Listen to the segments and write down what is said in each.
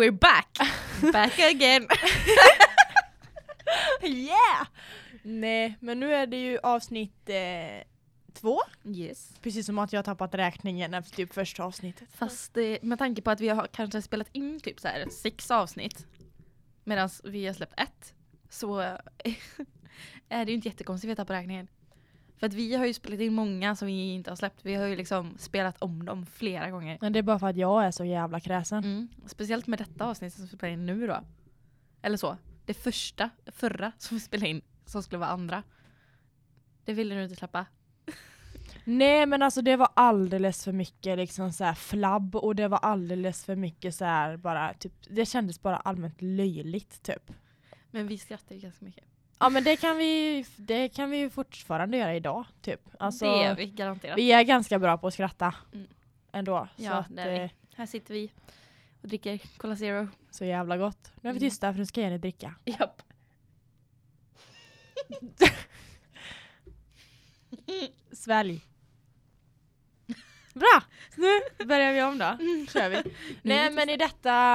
we're back! Back again! Yeah! Nej, men nu är det ju avsnitt 2. Yes. Precis som att jag har tappat räkningen efter typ första avsnittet. Fast med tanke på att vi har kanske spelat in typ så här 6 avsnitt medan vi har släppt 1, så är det ju inte jättekonstigt att vi tappar räkningen. För att vi har ju spelat in många som vi inte har släppt. Vi har ju liksom spelat om dem flera gånger. Men det är bara för att jag är så jävla kräsen. Speciellt med detta avsnitt som vi spelar in nu då. Eller så. Det förra som vi spelade in, som skulle vara andra. Det ville du inte släppa. Nej, men alltså det var alldeles för mycket liksom så här flabb, och det var alldeles för mycket så här bara typ, det kändes bara allmänt löjligt typ. Men vi skrattar ju ganska mycket. Ja, men det kan vi ju fortfarande göra idag typ. Alltså, det är vi garanterat. Vi är ganska bra på att skratta ändå. Ja, så att, det är vi. Här sitter vi och dricker Cola Zero. Så jävla gott. Nu är vi tysta för nu ska Jenny dricka. Japp. Svälj. Bra! Nu börjar vi om då. Kör vi. Nej, men i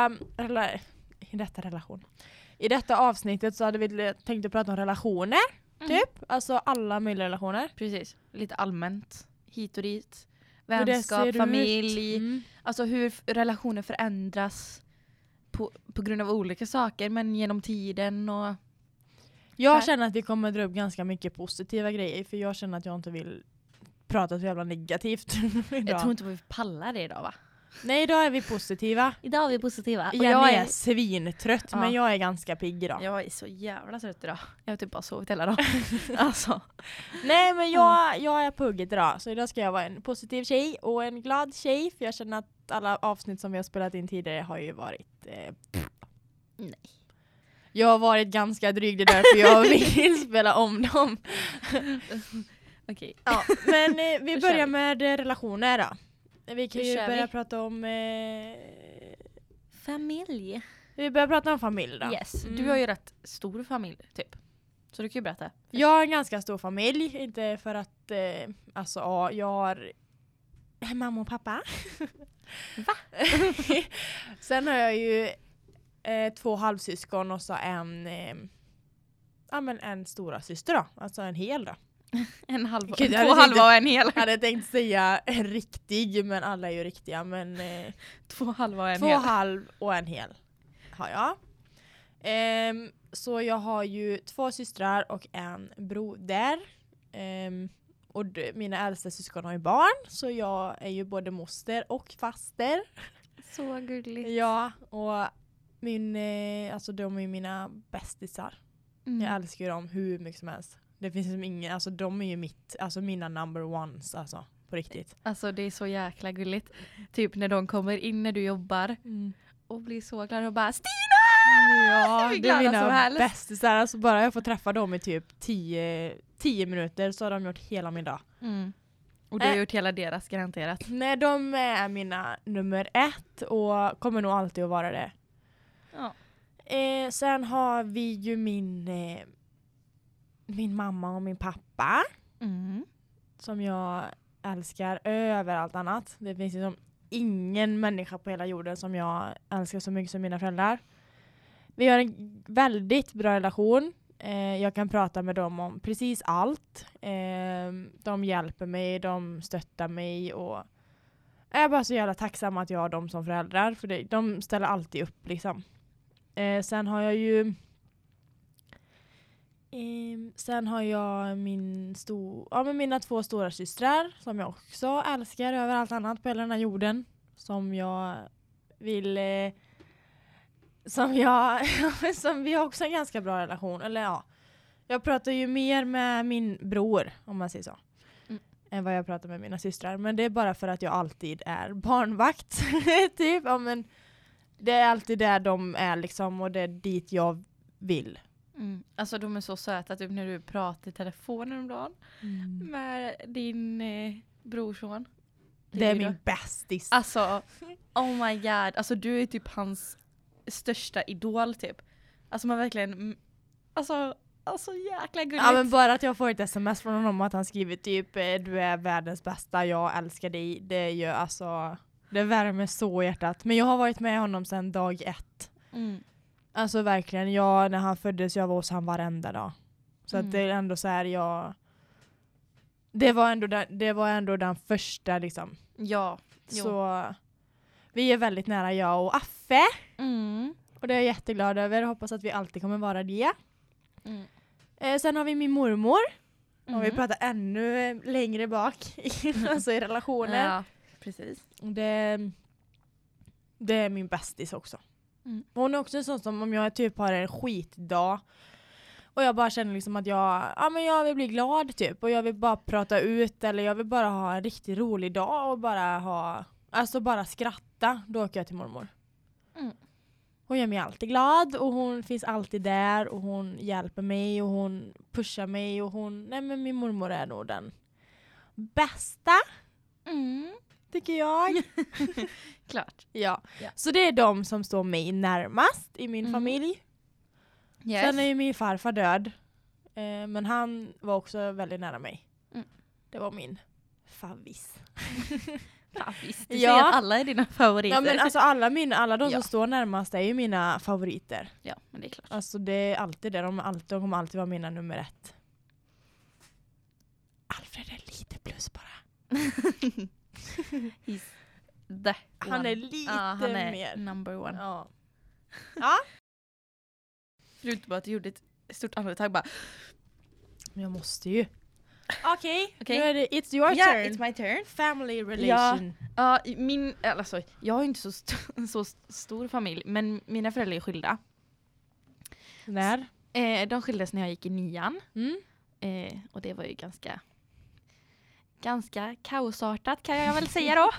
detta avsnittet så hade vi tänkt att prata om relationer. Typ. Alltså alla möjliga relationer. Precis. Lite allmänt. Hit och dit. Hur det Vänskap, ser familj. ut. Alltså hur relationer förändras på grund av olika saker, men genom tiden och... Jag känner att vi kommer dra upp ganska mycket positiva grejer, för jag känner att jag inte vill prata så jävla negativt idag. Jag tror inte vi pallar det idag, va? Nej, idag är vi positiva. Idag är vi positiva. Och Jag är svintrött, Ja. men jag är ganska pigg idag. Jag är så jävla trött idag. Jag har typ bara sovit hela dagen. Alltså. Nej, men jag är pugget idag. Så idag ska jag vara en positiv tjej och en glad tjej. För jag känner att alla avsnitt som vi har spelat in tidigare har ju varit... Nej. Jag har varit ganska dryg, det därför jag vill spela om dem. Okej. Ja, men vi Då börjar kör vi. med relationer då. Vi kan Då ju kör börja vi. prata om... Familj. vi börjar prata om familj då. Yes. Du har ju rätt stor familj, typ. Så du kan ju berätta. Jag har en ganska stor familj. Inte för att... alltså, ja, jag har... mamma och pappa. Va? Sen har jag ju 2 halvsyskon och så en stora syster då. Alltså en hel då. En halva. Gud, jag 2 hade halva och en hel. Jag hade tänkt säga en riktig, men alla är ju riktiga. Men 2 halva och en 2 hel. halv och en hel har jag. Så jag har ju 2 systrar och en broder. Och mina äldsta syskon har ju barn. Så jag är ju både moster och faster. Så gulligt. Ja, och alltså de är ju mina bästisar. Jag älskar ju dem hur mycket som helst. Det finns liksom ingen, alltså de är ju mina number ones, alltså på riktigt. Alltså det är så jäkla gulligt. Typ när de kommer in när du jobbar och blir så glada och bara Stina! Ja, Vi är det är glada som mina helst. bästisar. Alltså bara jag får träffa dem i typ 10 minuter så har de gjort hela min dag. Och du har gjort hela deras, garanterat. Nej, de är mina nummer 1 och kommer nog alltid att vara det. Ja. Sen har vi ju min mamma och min pappa som jag älskar över allt annat. Det finns liksom ingen människa på hela jorden som jag älskar så mycket som mina föräldrar. Vi har en väldigt bra relation. Jag kan prata med dem om precis allt. De hjälper mig, de stöttar mig och jag är bara så jävla tacksam att jag har dem som föräldrar, för de ställer alltid upp liksom. Sen har jag ju mina 2 stora systrar som jag också älskar över allt annat på hela den här jorden, som jag vill som vi har också en ganska bra relation, eller ja. Jag pratar ju mer med min bror, om man säger så, än vad jag pratar med mina systrar, men det är bara för att jag alltid är barnvakt typ, ja, men det är alltid där de är liksom, och det är dit jag vill. Alltså de är så söta typ när du pratar i telefonen om dagen med din brorson. Det är min bästis. Alltså, oh my god. Alltså du är typ hans största idol typ. Alltså man verkligen, alltså jäkla gulligt. Ja, men bara att jag får ett sms från honom att han skriver typ du är världens bästa, jag älskar dig. Det gör alltså... Det värmer så hjärtat. Men jag har varit med honom sedan dag 1. Alltså verkligen, när han föddes, jag var hos han varenda dag. Så att det är ändå så här, det var ändå den första liksom. Ja. Så vi är väldigt nära, jag och Affe. Och det är jag jätteglad över. Hoppas att vi alltid kommer vara det. Sen har vi min mormor. Och vi pratar ännu längre bak alltså i relationen. Ja, precis. Det är min bästis också. Hon är också en sån som om jag typ har en skitdag och jag bara känner liksom att jag vill bli glad typ, och jag vill bara prata ut, eller jag vill bara ha en riktigt rolig dag och bara skratta, då åker jag till mormor. Hon gör mig alltid glad och hon finns alltid där och hon hjälper mig och hon pushar mig och men min mormor är nog den bästa. Tycker jag. Klart. Ja. Så det är de som står mig närmast i min familj. Yes. Sen är ju min farfar död. Men han var också väldigt nära mig. Det var min favvis. Favvis. Du säger att alla är dina favoriter. Ja, men alltså alla de som står närmast är ju mina favoriter. Ja, men det är klart. Alltså det är alltid det. De kommer alltid vara mina nummer 1. Alfred är lite plus bara. Han är lite han är mer number 1. Ja. Förutom att du gjorde ett stort andetag bara. Men jag måste ju. Okej. Nu är det it's your turn. It's my turn. Family relation. Ja, jag har inte så stor familj, men mina föräldrar är skilda. När? De skildes när jag gick i 9:an. Och det var ju ganska kaosartat, kan jag väl säga då.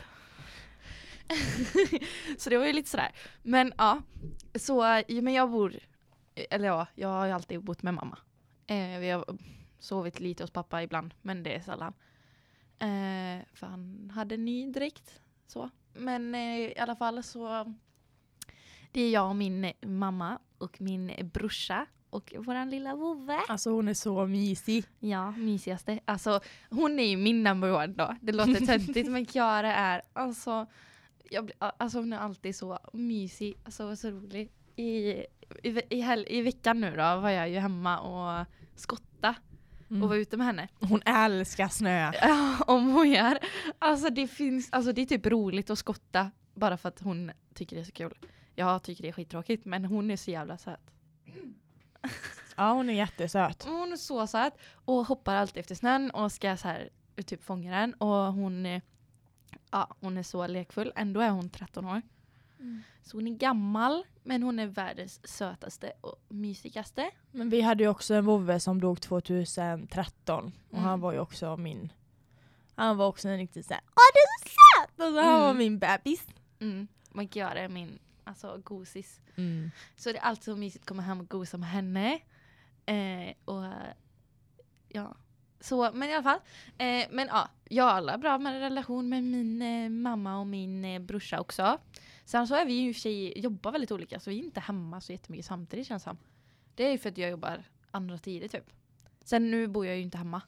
Så det var ju lite sådär. Men men jag har ju alltid bott med mamma. Vi har sovit lite hos pappa ibland, men det är sällan. För han hade ny dräkt. Så. Men i alla fall så det är jag och min mamma och min brorsa och våran lilla vovve. Alltså hon är så mysig. Ja, mysigaste. Alltså hon är ju min number 1 då. Det låter töntigt, men Kiara är hon är alltid så mysig, alltså så rolig. I veckan nu då var jag ju hemma och skotta och var ute med henne. Hon älskar snö. Ja, om hon gör. Alltså det är typ roligt att skotta bara för att hon tycker det är så kul. Jag tycker det är skittråkigt, men hon är så jävla söt. Ja, hon är jättesöt. Hon är så söt och hoppar alltid efter snön och ska så här typ fånga den, och hon är så lekfull. Ändå är hon 13 år. Så hon är gammal, men hon är världens sötaste och mysigaste. Men vi hade ju också en vovve som dog 2013. Och han var ju också han var också en riktigt såhär, du är så söt! Och så han var min bebis. Man kan göra min gosis. Så det är alltid så mysigt att komma hem och gosa med henne. Så, men i alla fall. Jag har alla bra med relation med min mamma och min brorsa också. Sen så är vi ju i och för sig jobbar väldigt olika, så vi är inte hemma så jättemycket samtidigt, känns som. Det är ju för att jag jobbar andra tider typ. Sen nu bor jag ju inte hemma.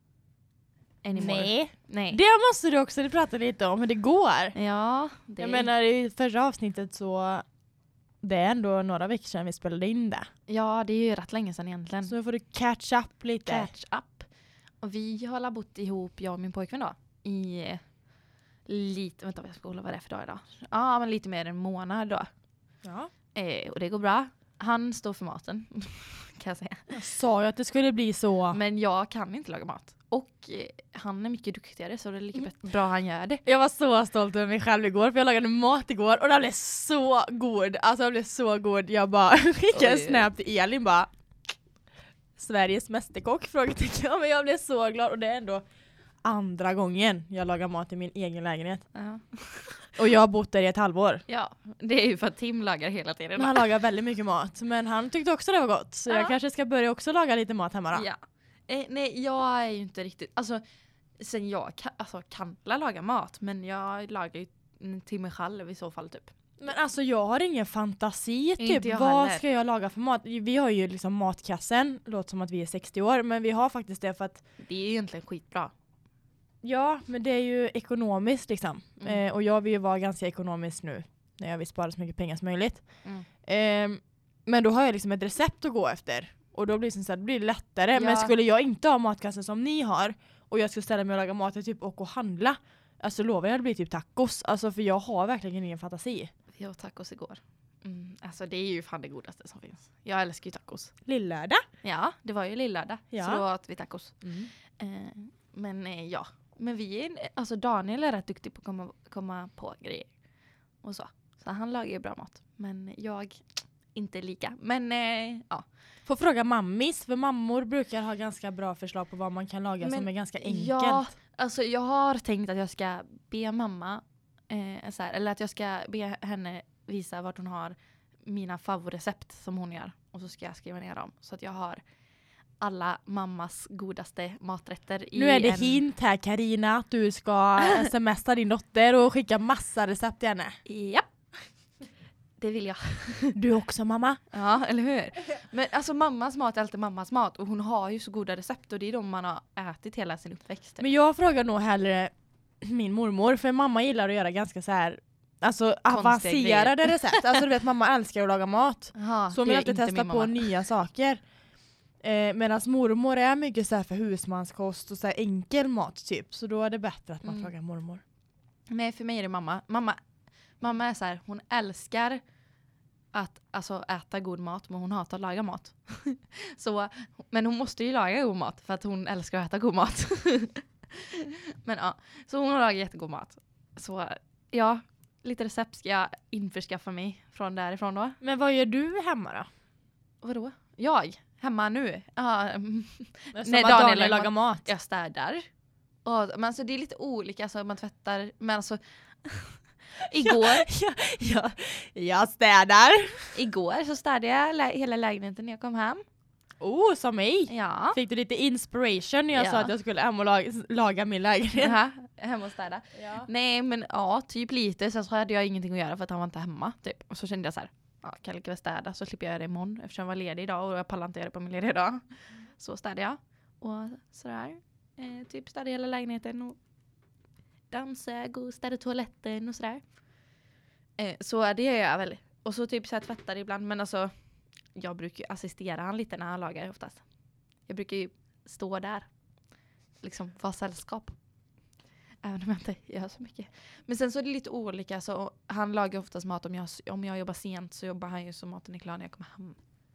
Nej. Det måste du också prata lite om hur det går. Ja. Jag menar i förra avsnittet så det är ändå några veckor sedan vi spelade in det. Ja, det är ju rätt länge sedan egentligen. Så nu får du catch up lite. Catch up. Och vi har alla bott ihop, jag och min pojkvän då. I lite, vänta vad jag ska hålla, vad det är för dag idag. Ja, men lite mer än en månad då. Ja. Och det går bra. Han står för maten, kan jag säga. Jag sa ju att det skulle bli så. Men jag kan inte laga mat. Och han är mycket duktigare, så det är lika bra han gör det. Jag var så stolt över mig själv igår, för jag lagade mat igår och den blev så god. Alltså den blev så god. Jag bara skickade en snap till Elin bara, Sveriges mästerkock, frågetecken. Men jag blev så glad, och det är ändå andra gången jag lagar mat i min egen lägenhet. Och jag har bott där i ett halvår. Ja, det är ju för att Tim lagar hela tiden. Men han lagar väldigt mycket mat, men han tyckte också det var gott. Så jag kanske ska börja också laga lite mat hemma då. Ja. Nej, jag är ju inte riktigt, alltså sen jag kan laga mat, men jag lagar ju till mig själv i så fall typ. Men alltså jag har ingen fantasi typ. Vad ska jag laga för mat? Vi har ju liksom matkassen, låter som att vi är 60 år, men vi har faktiskt det för att det är egentligen skitbra. Ja, men det är ju ekonomiskt liksom. Och jag vill ju vara ganska ekonomisk nu. När jag vill spara så mycket pengar som möjligt. Men då har jag liksom ett recept att gå efter. Och då blir det, så här, det blir lättare. Ja. Men skulle jag inte ha matkassen som ni har. Och jag skulle ställa mig och laga mat och typ och handla. Alltså lovar jag att det blir typ tacos. Alltså för jag har verkligen ingen fantasi. Vi åt tacos igår. Alltså det är ju fan det godaste som finns. Jag älskar ju tacos. Lillördag? Ja, det var ju lillördag. Ja. Så då åt vi tacos. Men ja. Men vi är, alltså Daniel är rätt duktig på att komma på grejer. Och så. Så han lagar ju bra mat. Men jag inte lika. Men ja. Får fråga mammis. För mammor brukar ha ganska bra förslag på vad man kan laga som är ganska enkelt. Ja, alltså jag har tänkt att jag ska be mamma så här, eller att jag ska be henne visa vart hon har mina favoritrecept som hon gör. Och så ska jag skriva ner dem. Så att jag har alla mammas godaste maträtter. Nu är det hint här Carina att du ska smsa din dotter och skicka massa recept till henne. Ja. Det vill jag. Du också mamma. Ja, eller hur? Men alltså mammas mat är alltid mammas mat. Och hon har ju så goda recept. Och det är de man har ätit hela sin uppväxt. Men jag frågar nog hellre min mormor. För mamma gillar att göra ganska så här, alltså avancerade recept. Alltså du vet, mamma älskar att laga mat. Aha, så hon vill alltid testa på nya saker. Medan mormor är mycket så här för husmanskost och så här enkel mat typ. Så då är det bättre att man frågar mormor. Nej, för mig är det mamma. Mamma är så här, hon älskar att alltså, äta god mat, men hon hatar att laga mat. Så, men hon måste ju laga god mat för att hon älskar att äta god mat. Men ja, så hon lagar jättegod mat. Så ja, lite recept ska jag införskaffa mig från därifrån då. Men vad gör du hemma då? Vadå? Jag? Hemma nu? När Daniel lagar mat. Jag städar. Men alltså det är lite olika, alltså man tvättar, men alltså igår jag städar. Igår så städade jag hela lägenheten när jag kom hem. Oh, som mig. Ja. Fick du lite inspiration när jag sa att jag skulle hem och laga min lägenhet? Hem och städa. Ja. Nej, men ja, typ lite. Sen så hade jag ingenting att göra för att han var inte hemma. Typ. Och så kände jag så här, kan jag lika väl städa så slipper jag göra det imorgon. Eftersom jag var ledig idag och jag pallar inte göra det på min lediga dag. Så städade jag. Och sådär. Typ städade hela lägenheten och dammsög och städade toaletten och sådär. Så det gör jag väl. Och så typ så här tvättar ibland. Men alltså, jag brukar ju assistera han lite när han lagar oftast. Jag brukar ju stå där. Liksom vara sällskap. Även om jag inte gör så mycket. Men sen så är det lite olika. Så han lagar oftast mat. Om jag jobbar sent så jobbar han ju så maten är klar när jag kommer hem.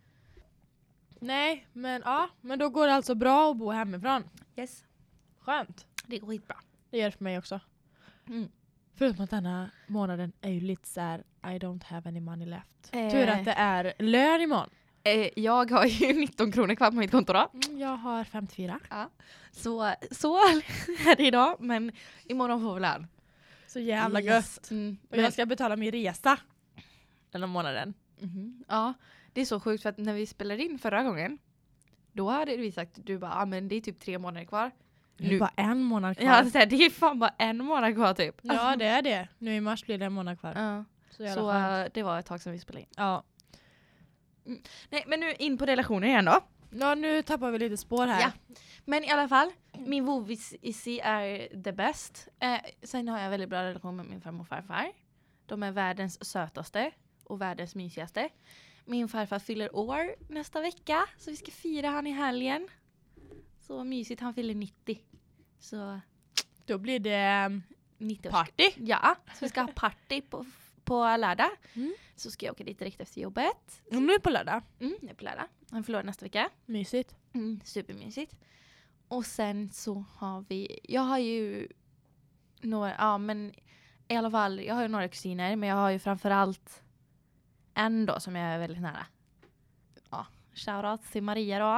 Nej, men ja. Men då går det alltså bra att bo hemifrån. Yes. Skönt. Det går skitbra. Det gör det för mig också. Förutom att denna månaden är ju lite så här, I don't have any money left. Tur att det är lön imorgon. Jag har ju 19 kronor kvar på mitt konto då. Jag har 54. Ja. Så är det idag. Men imorgon får vi lön. Så jävla gött. Och jag ska betala min resa den här månaden. Ja, det är så sjukt för att när vi spelade in förra gången, då hade vi sagt, du bara, men det är typ 3 månader kvar. Nu bara 1 månad kvar. Ja, det är fan bara 1 månad kvar typ. Ja, det är det. Nu i mars blir det 1 månad kvar. Ja. Så det var ett tag sedan vi spelade in. Ja. Nej, men nu in på relationer igen då. Ja, nu tappar vi lite spår här. Ja. Men i alla fall, min vovisi är the best. Sen har jag väldigt bra relation med min farmor och farfar. De är världens sötaste och världens mysigaste. Min farfar fyller år nästa vecka, så vi ska fira han i helgen. Så mysigt, han fyller 90. Så då blir det 90 party. Ja, så vi ska ha party på lördag. Så ska jag åka dit direkt efter jobbet. Nu på lördag? Nu på lördag. Han förlorar nästa vecka. Mysigt. Supermysigt. Och sen så har jag har ju några, men i alla fall, jag har ju några kusiner, men jag har ju framförallt en då som jag är väldigt nära. Ja, shoutout till Maria då.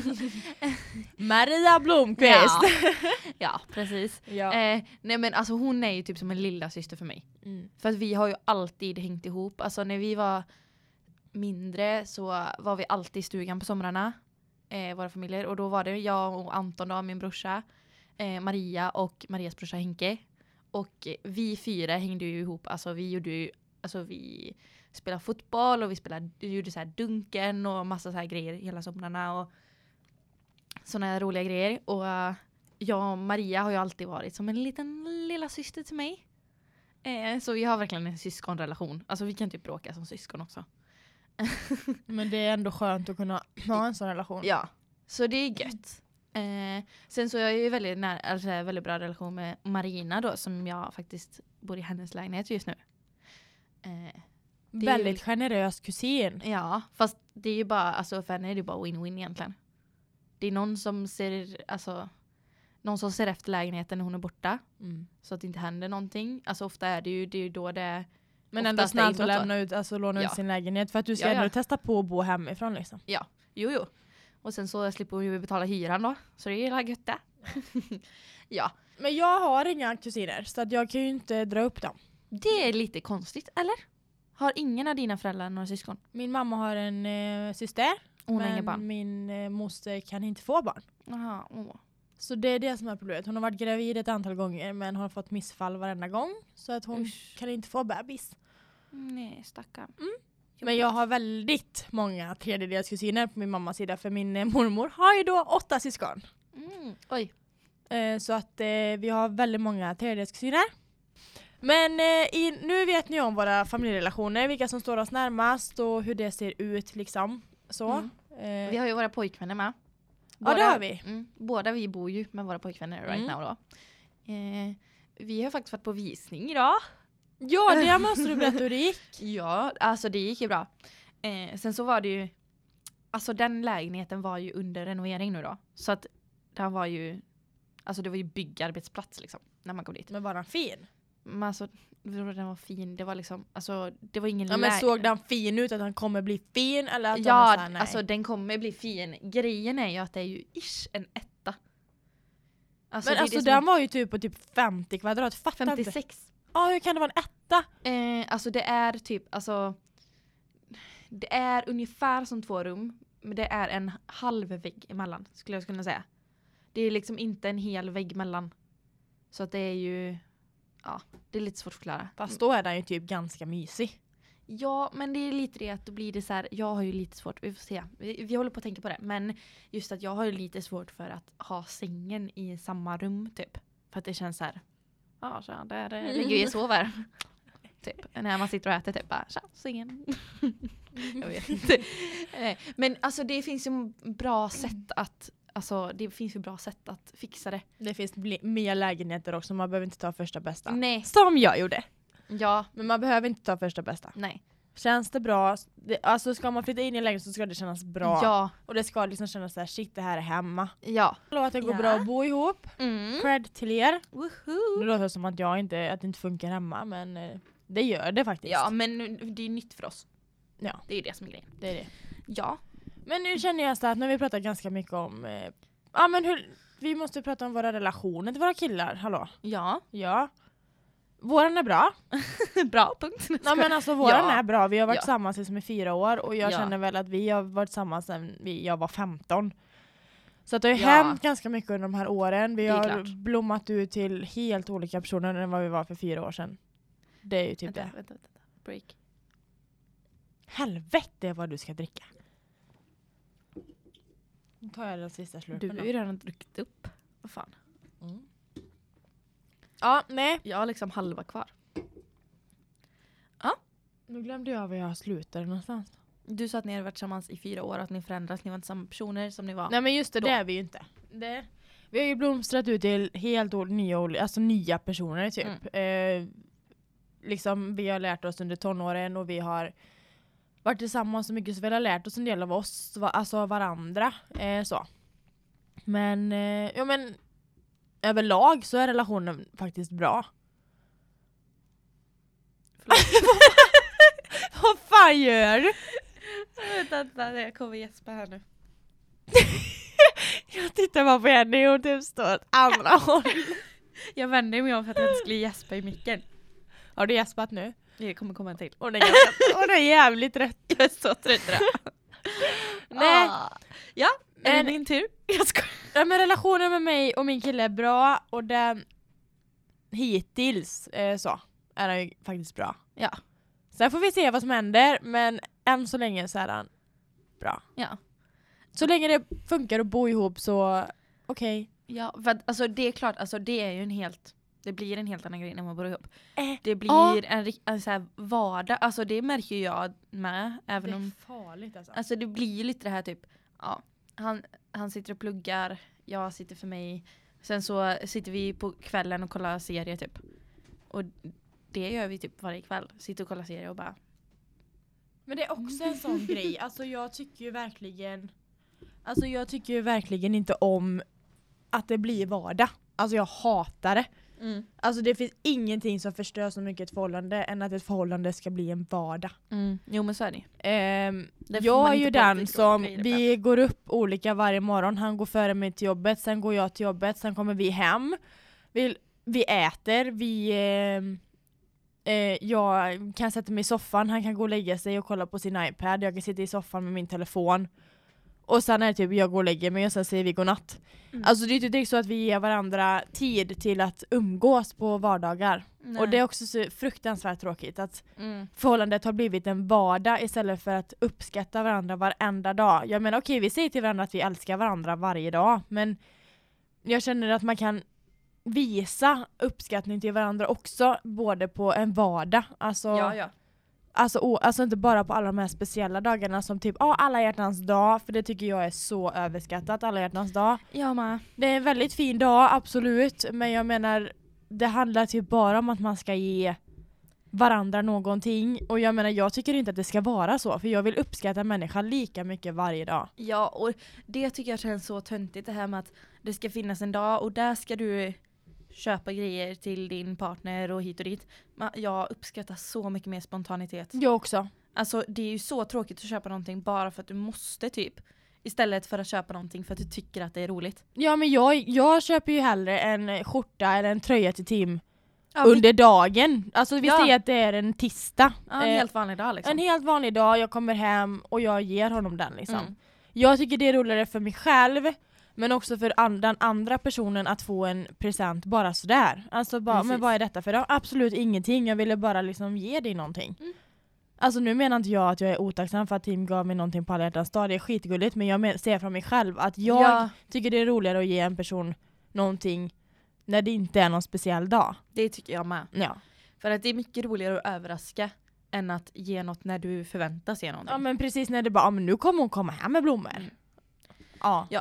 Maria Blomqvist. Ja, precis. Ja. Nej men alltså hon är ju typ som en lilla syster för mig. För att vi har ju alltid hängt ihop. Alltså när vi var mindre så var vi alltid i stugan på somrarna. Våra familjer. Och då var det jag och Anton då, min brorsa. Maria och Marias brorsa Henke. Och vi 4 hängde ju ihop. Alltså vi spelade fotboll och vi gjorde så här dunken och massa så här grejer hela somrarna och såna här roliga grejer. Och jag och Maria har ju alltid varit som en liten lilla syster till mig. Så vi har verkligen en syskonrelation. Alltså vi kan typ bråka som syskon också. Men det är ändå skönt att kunna ha en sån relation. Ja, så det är gött. Sen så är jag ju väldigt bra relation med Marina då, som jag faktiskt bor i hennes lägenhet just nu. Väldigt generös kusin. Ja, fast det är ju bara, alltså för henne är det bara win-win egentligen. Det är någon som ser efter lägenheten när hon är borta. Så att det inte händer någonting. Alltså ofta är det ju då det. Men ändå snällt att lämna ut, alltså låna ut sin lägenhet. För att du ska ändå testa på att bo hemifrån liksom. Ja, jo. Och sen så slipper vi betala hyran då. Så det är ju gött det. Ja. Men jag har inga kusiner, så att jag kan ju inte dra upp dem. Det är lite konstigt, eller? Har ingen av dina föräldrar några syskon? Min mamma har en syster. Hon har inga barn. Min moster kan inte få barn. Aha, Så det är det som är problemet. Hon har varit gravid ett antal gånger, men har fått missfall varenda gång. Så att hon kan inte få bebis. Nej, stackarn. Men jag har väldigt många tredjedels kusiner på min mammas sida. För min mormor har ju då 8 syskon. Oj. Så att vi har väldigt många tredjedels kusiner. Men nu vet ni om våra familjerelationer. Vilka som står oss närmast och hur det ser ut liksom. Så. Vi har ju våra pojkvänner med. Ja, det har vi. Båda vi bor ju med våra pojkvänner right now då. Vi har faktiskt varit på visning idag. Ja, det måste du berätta hur det gick. Ja, alltså det gick ju bra. Sen så var det ju, alltså den lägenheten var ju under renovering nu då. Så att det var ju byggarbetsplats liksom när man kom dit. Men var den fin? Men alltså, den var fin. Det var liksom, alltså det var ingen men såg den fin ut att den kommer bli fin? Eller att alltså den kommer bli fin. Grejen är ju att det är ju en etta. Alltså, men alltså den var ju typ på typ 50 kvadrat. 56. Ja, hur kan det vara en etta? Alltså det är typ, alltså det är ungefär som 2 rum. Men det är en halv vägg emellan, skulle jag kunna säga. Det är liksom inte en hel vägg mellan. Så att det är ju, ja, det är lite svårt att förklara. Fast då är den ju typ ganska mysig. Ja, men det är lite det att då blir det så här, jag har ju lite svårt, vi får se. Vi håller på att tänka på det. Men just att jag har ju lite svårt för att ha sängen i samma rum typ. För att det känns så här, ja, så där ligger vi och sover. Typ, när man sitter och äter typ, bara, så sängen. Jag vet inte. Men alltså det finns ju bra sätt att, alltså det finns ju bra sätt att fixa det. Det finns mer lägenheter också, man behöver inte ta första bästa. Nej. Som jag gjorde. Ja. Men man behöver inte ta första bästa. Nej. Känns det bra, alltså ska man flytta in i en lägenhet så ska det kännas bra. Ja. Och det ska liksom kännas så här, shit, det här är hemma. Ja. Att det går bra att bo ihop. Cred till er. Woohoo. Det låter som att att det inte funkar hemma, men det gör det faktiskt. Ja, men det är nytt för oss. Ja. Det är det som är grejen. Det är det. Ja. Men nu känner jag så att när vi pratar ganska mycket om men vi måste prata om våra relationer till våra killar. Hallå? Ja. Våran är bra. Bra, punkt. Nej, men alltså våran är bra. Vi har varit tillsammans i 4 år. Och jag känner väl att vi har varit tillsammans sedan jag var 15. Så att det har hänt ganska mycket under de här åren. Vi har blommat ut till helt olika personer än vad vi var för 4 år sedan. Det är ju typ vänta. Break. Helvete vad du ska dricka. Nu tar jag den sista slurpen. Du har ju redan druckit upp. Vad fan? Ja, nej. Jag har liksom halva kvar. Ja. Nu glömde jag var jag slutade någonstans. Du sa att ni hade varit tillsammans i 4 år och att ni förändrats. Ni var inte samma personer som ni var. Nej, men just det är vi ju inte. Vi har ju blomstrat ut till helt nya personer typ. Liksom vi har lärt oss under tonåren och vi har varit tillsammans så mycket så vi har lärt oss en del av oss, alltså varandra. Så. Men överlag så är relationen faktiskt bra. Vad fan gör du? Vänta, jag kommer gäspa här nu. Jag tittar bara på henne och typ står åt andra håll. Jag vände mig om för att jag inte skulle gäspa i micken. Har du gäspat nu? Det kommer komma en till. Och det är jävligt rätt. Jag är så trött idag. Nej. Ja, är det din tur? Jag ska. Ja, men relationen med mig och min kille är bra. Och den hittills så är den ju faktiskt bra. Ja. Sen får vi se vad som händer. Men än så länge så är den bra. Ja. Så länge det funkar att bo ihop så okej. Ja, för att, alltså det är klart, alltså det är ju det blir en helt annan grej när man bor ihop. Det blir en så här vardag, alltså det märker ju jag med. Även det är om, farligt alltså. alltså det blir ju lite det här typ, ja, han sitter och pluggar, jag sitter för mig. Sen så sitter vi på kvällen och kollar serier typ. Och det gör vi typ varje kväll. Sitter och kollar serier och bara... Men det är också en sån grej. Alltså jag tycker ju verkligen inte om att det blir vardag. Alltså jag hatar det. Alltså det finns ingenting som förstör så mycket ett förhållande än att ett förhållande ska bli en vardag. Jo men så är det. Jag är ju den som, vi går upp olika varje morgon. Han går före mig till jobbet, sen går jag till jobbet, sen kommer vi hem. Vi äter, jag kan sätta mig i soffan, han kan gå och lägga sig och kolla på sin iPad. Jag kan sitta i soffan med min telefon. Och sen är det typ jag går och lägger mig och sen säger vi godnatt. Alltså det är inte så att vi ger varandra tid till att umgås på vardagar. Nej. Och det är också så fruktansvärt tråkigt att förhållandet har blivit en vardag istället för att uppskatta varandra varenda dag. Jag menar okej, vi säger till varandra att vi älskar varandra varje dag. Men jag känner att man kan visa uppskattning till varandra också både på en vardag. Alltså, ja. Alltså inte bara på alla de här speciella dagarna som typ alla hjärtans dag, för det tycker jag är så överskattat, alla hjärtans dag. Ja, men. Det är en väldigt fin dag, absolut, men jag menar det handlar typ bara om att man ska ge varandra någonting, och jag menar jag tycker inte att det ska vara så, för jag vill uppskatta människan lika mycket varje dag. Ja, och det tycker jag känns så töntigt, det här med att det ska finnas en dag och där ska du köpa grejer till din partner och hit och dit. Men jag uppskattar så mycket mer spontanitet. Jag också. Alltså det är ju så tråkigt att köpa någonting bara för att du måste typ. Istället för att köpa någonting för att du tycker att det är roligt. Ja, men jag köper ju hellre en skjorta eller en tröja till Tim under dagen. Alltså vi säger att det är en tisdag. Ja, en helt vanlig dag liksom. En helt vanlig dag, jag kommer hem och jag ger honom den liksom. Jag tycker det är roligare för mig själv. Men också för den andra personen att få en present bara sådär. Alltså bara, men vad är detta för? Absolut ingenting. Jag ville bara liksom ge dig någonting. Alltså nu menar inte jag att jag är otacksam för att Tim gav mig någonting på alla hjärtans dag. Det är skitgulligt, men jag ser från mig själv att jag tycker det är roligare att ge en person någonting när det inte är någon speciell dag. Det tycker jag med. Ja. För att det är mycket roligare att överraska än att ge något när du förväntas ge någonting. Ja, men precis, när det bara, men nu kommer hon komma hem med blommor. Ja.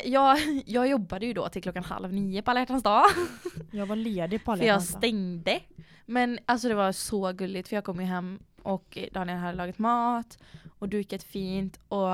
Jag jobbade ju då till 8:30 på alla hjärtans dag. Jag var ledig på alla hjärtans För dag. jag stängde. Men alltså det var så gulligt, för jag kom ju hem och Daniel hade lagat mat och dukat fint och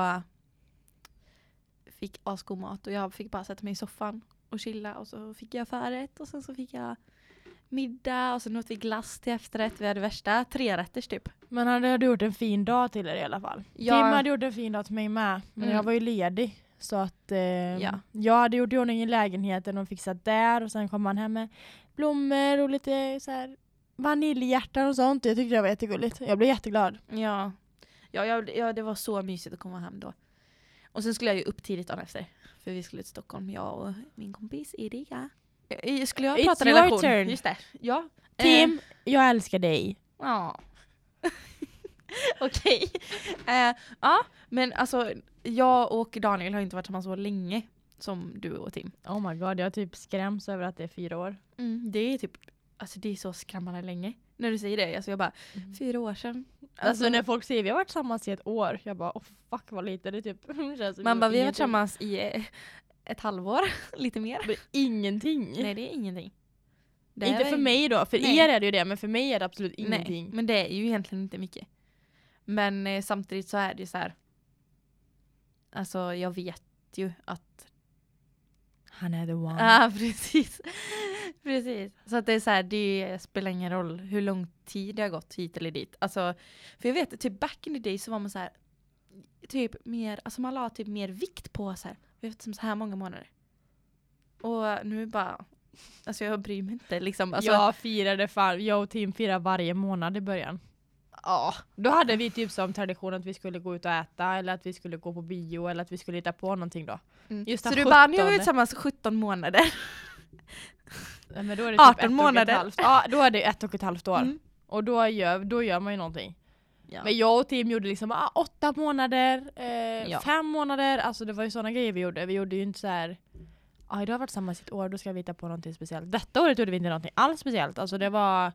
fick asgod mat, och jag fick bara sätta mig i soffan och chilla, och så fick jag förrätt och sen så fick jag middag och sen åt vi glass till efterrätt. Vi hade värsta 3-rätters typ. Men han hade gjort en fin dag till er i alla fall. Ja. Tim hade gjort en fin dag till mig med, men jag var ju ledig. Så att jag hade gjort i ordning i lägenheten och fixat där, och sen kom han hem med blommor och lite så här vaniljhjärtan och sånt. Jag tyckte det var jättegulligt. Jag blev jätteglad. Ja, det var så mysigt att komma hem då. Och sen skulle jag ju upp tidigt dagen efter, för vi skulle till Stockholm, jag och min kompis Erika. Skulle jag prata relation? Turn. Just det. Ja. Tim, jag älskar dig. Ja. Okej. Ja, men alltså jag och Daniel har inte varit tillsammans så länge som du och Tim. Oh my god, jag typ skräms över att det är 4 år. Det är typ, alltså det är så skrämmande länge när du säger det. Alltså jag bara, 4 år sedan. Alltså när folk säger vi har varit tillsammans i 1 år, jag bara, fuck vad lite det typ. Man bara, vi har varit tillsammans i 1 halvår, lite mer. Det är ingenting. Nej, det är ingenting. Det är inte för mig då, för er är det ju det, men för mig är det absolut ingenting. Nej, men det är ju egentligen inte mycket. Men samtidigt så är det ju så här, alltså jag vet ju att han är the one. Ja, precis. Precis. Så att det är så här, det spelar ingen roll hur lång tid det har gått hit eller dit. Alltså, för jag vet, typ back in the day så var man så här, typ mer, alltså man la typ mer vikt på så här, vi vet som så här många månader. Och nu bara, alltså jag bryr mig inte liksom. Alltså, jag och Tim firar varje månad i början. Ja, då hade vi typ som tradition att vi skulle gå ut och äta, eller att vi skulle gå på bio, eller att vi skulle hitta på någonting då. Just så du bara, nu har vi tillsammans 17 månader. Ja, men då är det typ 18 månader. Ja, då är det 1,5 år. Och då gör man ju någonting. Ja. Men jag och Tim gjorde liksom 8 månader, 5 månader. Alltså det var ju sådana grejer vi gjorde. Vi gjorde ju inte så här Ja, idag har varit samma sitt år. Då ska vi hitta på någonting speciellt. Detta året gjorde vi inte någonting alls speciellt. Alltså det var...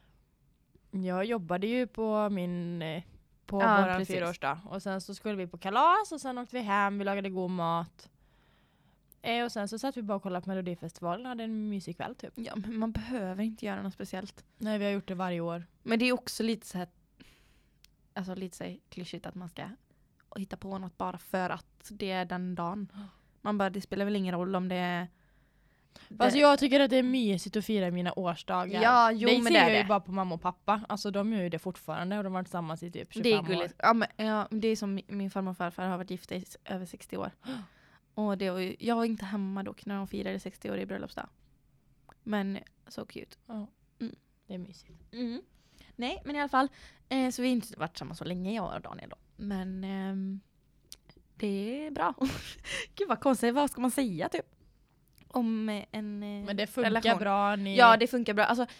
Jag jobbade ju på min... På våran 4-årsdag. Och sen så skulle vi på kalas. Och sen åkte vi hem. Vi lagade god mat. Och sen så satt vi bara och kollade på Melodifestivalen. Och hade en mysig kväll typ. Ja, men man behöver inte göra något speciellt. Nej, vi har gjort det varje år. Men det är också lite så här... Alltså lite så här klyschigt att man ska hitta på något bara för att det är den dagen. Man bara, det spelar väl ingen roll om det är... Alltså jag tycker att det är mysigt att fira mina årsdagar. Ja, jo, det men ser det är jag ju det. bara på mamma och pappa. Alltså de gör ju det fortfarande och de har varit tillsammans i typ 25 Det är år. gulligt. Ja, det är som min farmor och farfar har varit gifta i över 60 år. Och det var ju, jag var inte hemma dock när de firade 60 år i bröllopsdag. Men så cute. Ja, det är mysigt. Mm. Nej, men i alla fall. Så vi har inte varit tillsammans så länge, jag och Daniel då. Men det är bra. Gud vad konstigt, vad ska man säga typ? Om en Men det funkar relation. Bra. Ja, det funkar bra. Alltså,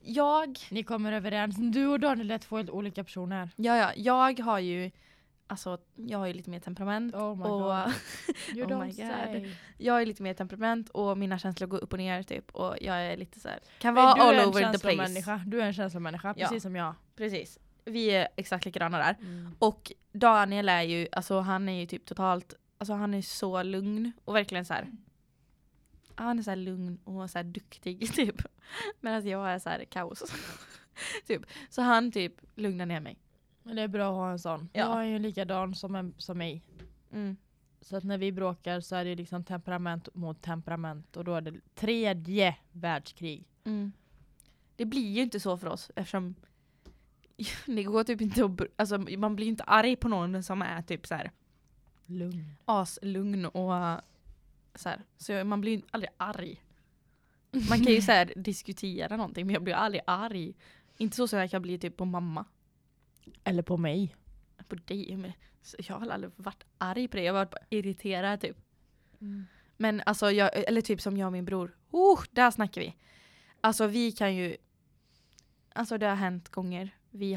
Ni kommer överens. Du och Daniel är två helt olika personer. Ja, jag har ju... Alltså, jag har ju lite mer temperament. Oh my och god. You Oh don't my God. say. Jag är lite mer temperament och mina känslor går upp och ner typ. Och jag är lite så här... Kan Men vara du all är en over the place. känslomänniska. Du är en känslomänniska, Ja. precis som jag. Precis. Vi är exakt likadana där. Och Daniel är ju... Alltså han är ju typ totalt... Alltså han är så lugn. Och verkligen så här... Han är så här lugn och så här duktig typ. Medan jag är så här kaos. typ. Så han typ lugnar ner mig. Men det är bra att ha en sån. Ja. Jag är ju likadan som mig. Mm. Så att när vi bråkar så är det liksom temperament mot temperament. Och då är det 3:e världskrig. Mm. Det blir ju inte så för oss eftersom det går typ inte att, alltså man blir inte arg på någon som är typ så här Lugn. aslugn och så här. Så man blir ju aldrig arg. Man kan ju så här diskutera någonting men jag blir aldrig arg. Inte så som jag kan bli typ på mamma. Eller på mig. På dig. Men jag har aldrig varit arg på det. Jag har varit bara irriterad typ. Men alltså eller typ som jag och min bror. Där snackar vi. Alltså vi kan ju... Alltså det har hänt gånger.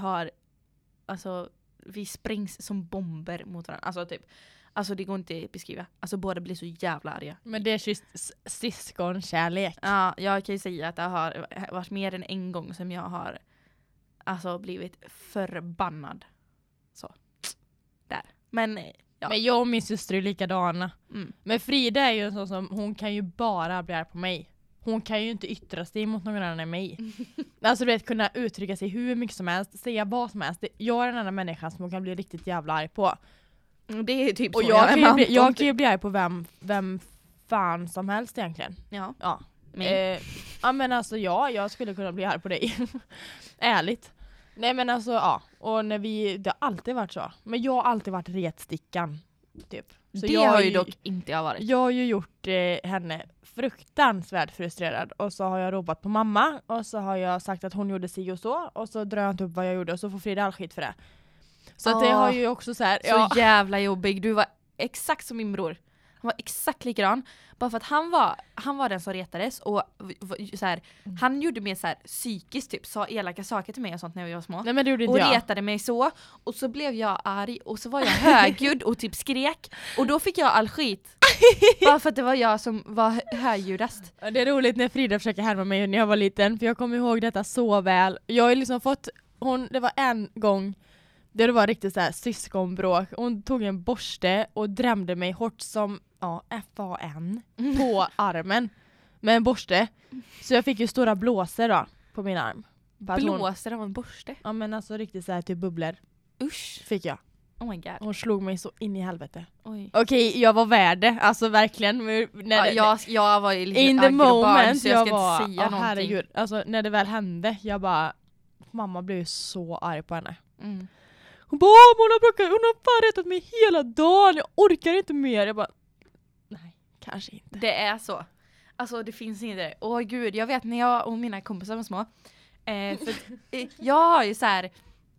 Vi sprängs som bomber mot varandra. Alltså typ... Alltså det går inte att beskriva. Alltså båda blir så jävla arga. Men det är syskonkärlek. Ja, jag kan ju säga att det har varit mer än en gång som jag har alltså blivit förbannad. Så. Där. Men ja. Men jag och min syster är likadana. Mm. Men Frida är ju en sån som, hon kan ju bara bli arg på mig. Hon kan ju inte yttra sig mot någon annan än mig. Alltså du vet, kunna uttrycka sig hur mycket som helst, säga vad som helst. Jag är den enda människan som hon kan bli riktigt jävla arg på. Det är typ och så. jag kan ju bli arg på vem fan som helst egentligen. Ja. Ja. Ja men alltså jag skulle kunna bli arg på dig. Ärligt. Nej men alltså ja. Och när det har alltid varit så. Men jag har alltid varit retstickan. Typ. Så det har ju dock inte jag varit. Jag har ju gjort henne fruktansvärt frustrerad. Och så har jag ropat på mamma. Och så har jag sagt att hon gjorde sig och så. Och så drar jag inte upp vad jag gjorde. Och så får Frida all skit för det. Så att det har ju också så här. Så jävla jobbig. Du var exakt som min bror. Han var exakt likadan. Bara för att han var den som retades. Och så här, han gjorde mer så här psykiskt typ. Sa elaka saker till mig och sånt när jag var små. Nej, men det gjorde inte och jag. retade mig så. Och så blev jag arg. Och så var jag högljudd och typ skrek. Och då fick jag all skit. Bara för att det var jag som var högljuddast. Det är roligt när Frida försöker härma mig när jag var liten. För jag kommer ihåg detta så väl. Jag har liksom fått... Det var en gång... Det var riktigt så här syskonbråk. Hon tog en borste och drämde mig hårt som FAN på armen med en borste. Så jag fick ju stora blåser då på min arm. Blåser av en borste? Ja men alltså riktigt så här typ bubblor. Usch. Fick jag. Oh my god. Hon slog mig så in i helvete. Okej, jag var värd det. Alltså verkligen. Jag var ju lite in the moment så jag ska var, inte säga någonting. Herregud. Alltså när det väl hände, jag bara... Mamma blev så arg på henne. Mm. Hon bara, hon har fan retat mig hela dagen. Jag orkar inte mer. Jag bara, nej, kanske inte. Det är så. Alltså det finns inte. Åh gud, jag vet när jag och mina kompisar var små. Jag har ju så här.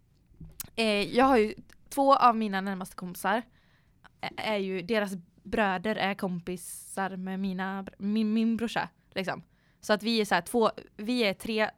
Jag har ju 2 av mina närmaste kompisar. Är ju, deras bröder är kompisar med min brorsa. Liksom. Så att vi är så här vi är 3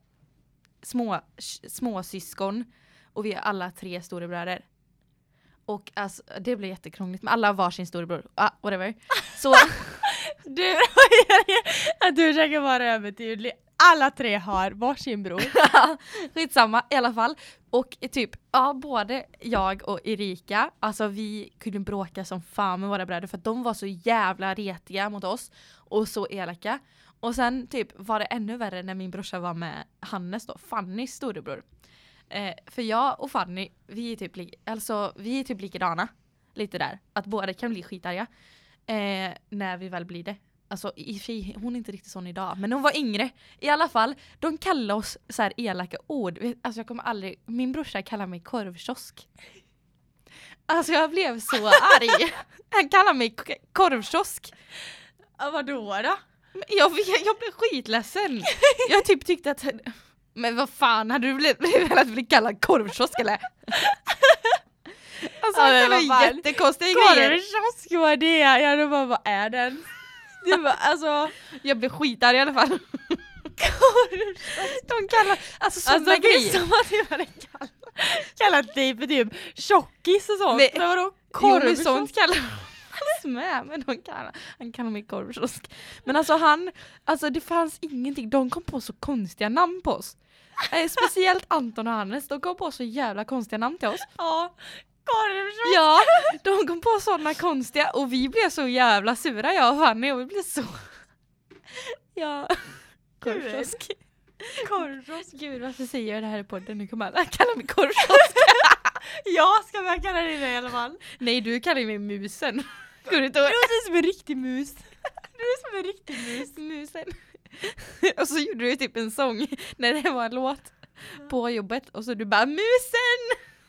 små syskon. Och vi är alla 3 storebröder. Och alltså, det blir jättekrångligt. Men alla har varsin storebror. Whatever. Så Du försöker vara övertydlig. Alla 3 har varsin bror. Skitsamma i alla fall. Och typ, ja, både jag och Erika, alltså vi kunde bråka som fan med våra bröder för att de var så jävla retiga mot oss och så elaka. Och sen typ var det ännu värre när min brorsa var med Hannes då, Fannys storebror. För jag och Fanny, vi är typ likadana. Lite där. Att båda kan bli skitarga. När vi väl blir det. Alltså hon är inte riktigt sån idag. Men hon var yngre. I alla fall, de kallar oss så här elaka ord. Alltså jag kommer aldrig... Min brorsa kallar mig korvkiosk. Alltså jag blev så arg. Han kallar mig korvkiosk. Vadå då? Jag blev skitledsen. Jag typ tyckte att... Men vad fan, hade du velat bli kallad korvkiosk eller? Alltså det var jättekonstiga grejer. Korvkiosk var det. Ja, då bara, vad är den? Det var, alltså... Jag blev skitarg i alla fall. De kallar... Alltså sådana grejer. Det är som att det var kallat dig för typ tjockis och sånt. Nej, vadå? korvkiosk sånt kallar med, men han kallar mig korvkiosk. Men alltså det fanns ingenting. De kom på så konstiga namn på oss. Speciellt Anton och Hannes. De kom på så jävla konstiga namn till oss. Ja, korvkiosk. Ja, de kom på sådana konstiga. Och vi blev så jävla sura, jag och Fanny. Och vi blev så... Ja, korvkiosk. Korvkiosk. Gud, varför säger jag det här i podden? Nu kommer alla kalla mig korvkiosk. Jag ska väl kalla dig det i alla fall. Nej, du kallar mig musen. Du är som en riktig mus. Du är som en riktig mus. Musen. Och så gjorde du typ en sång när det var en låt på jobbet. Och så du bara, musen!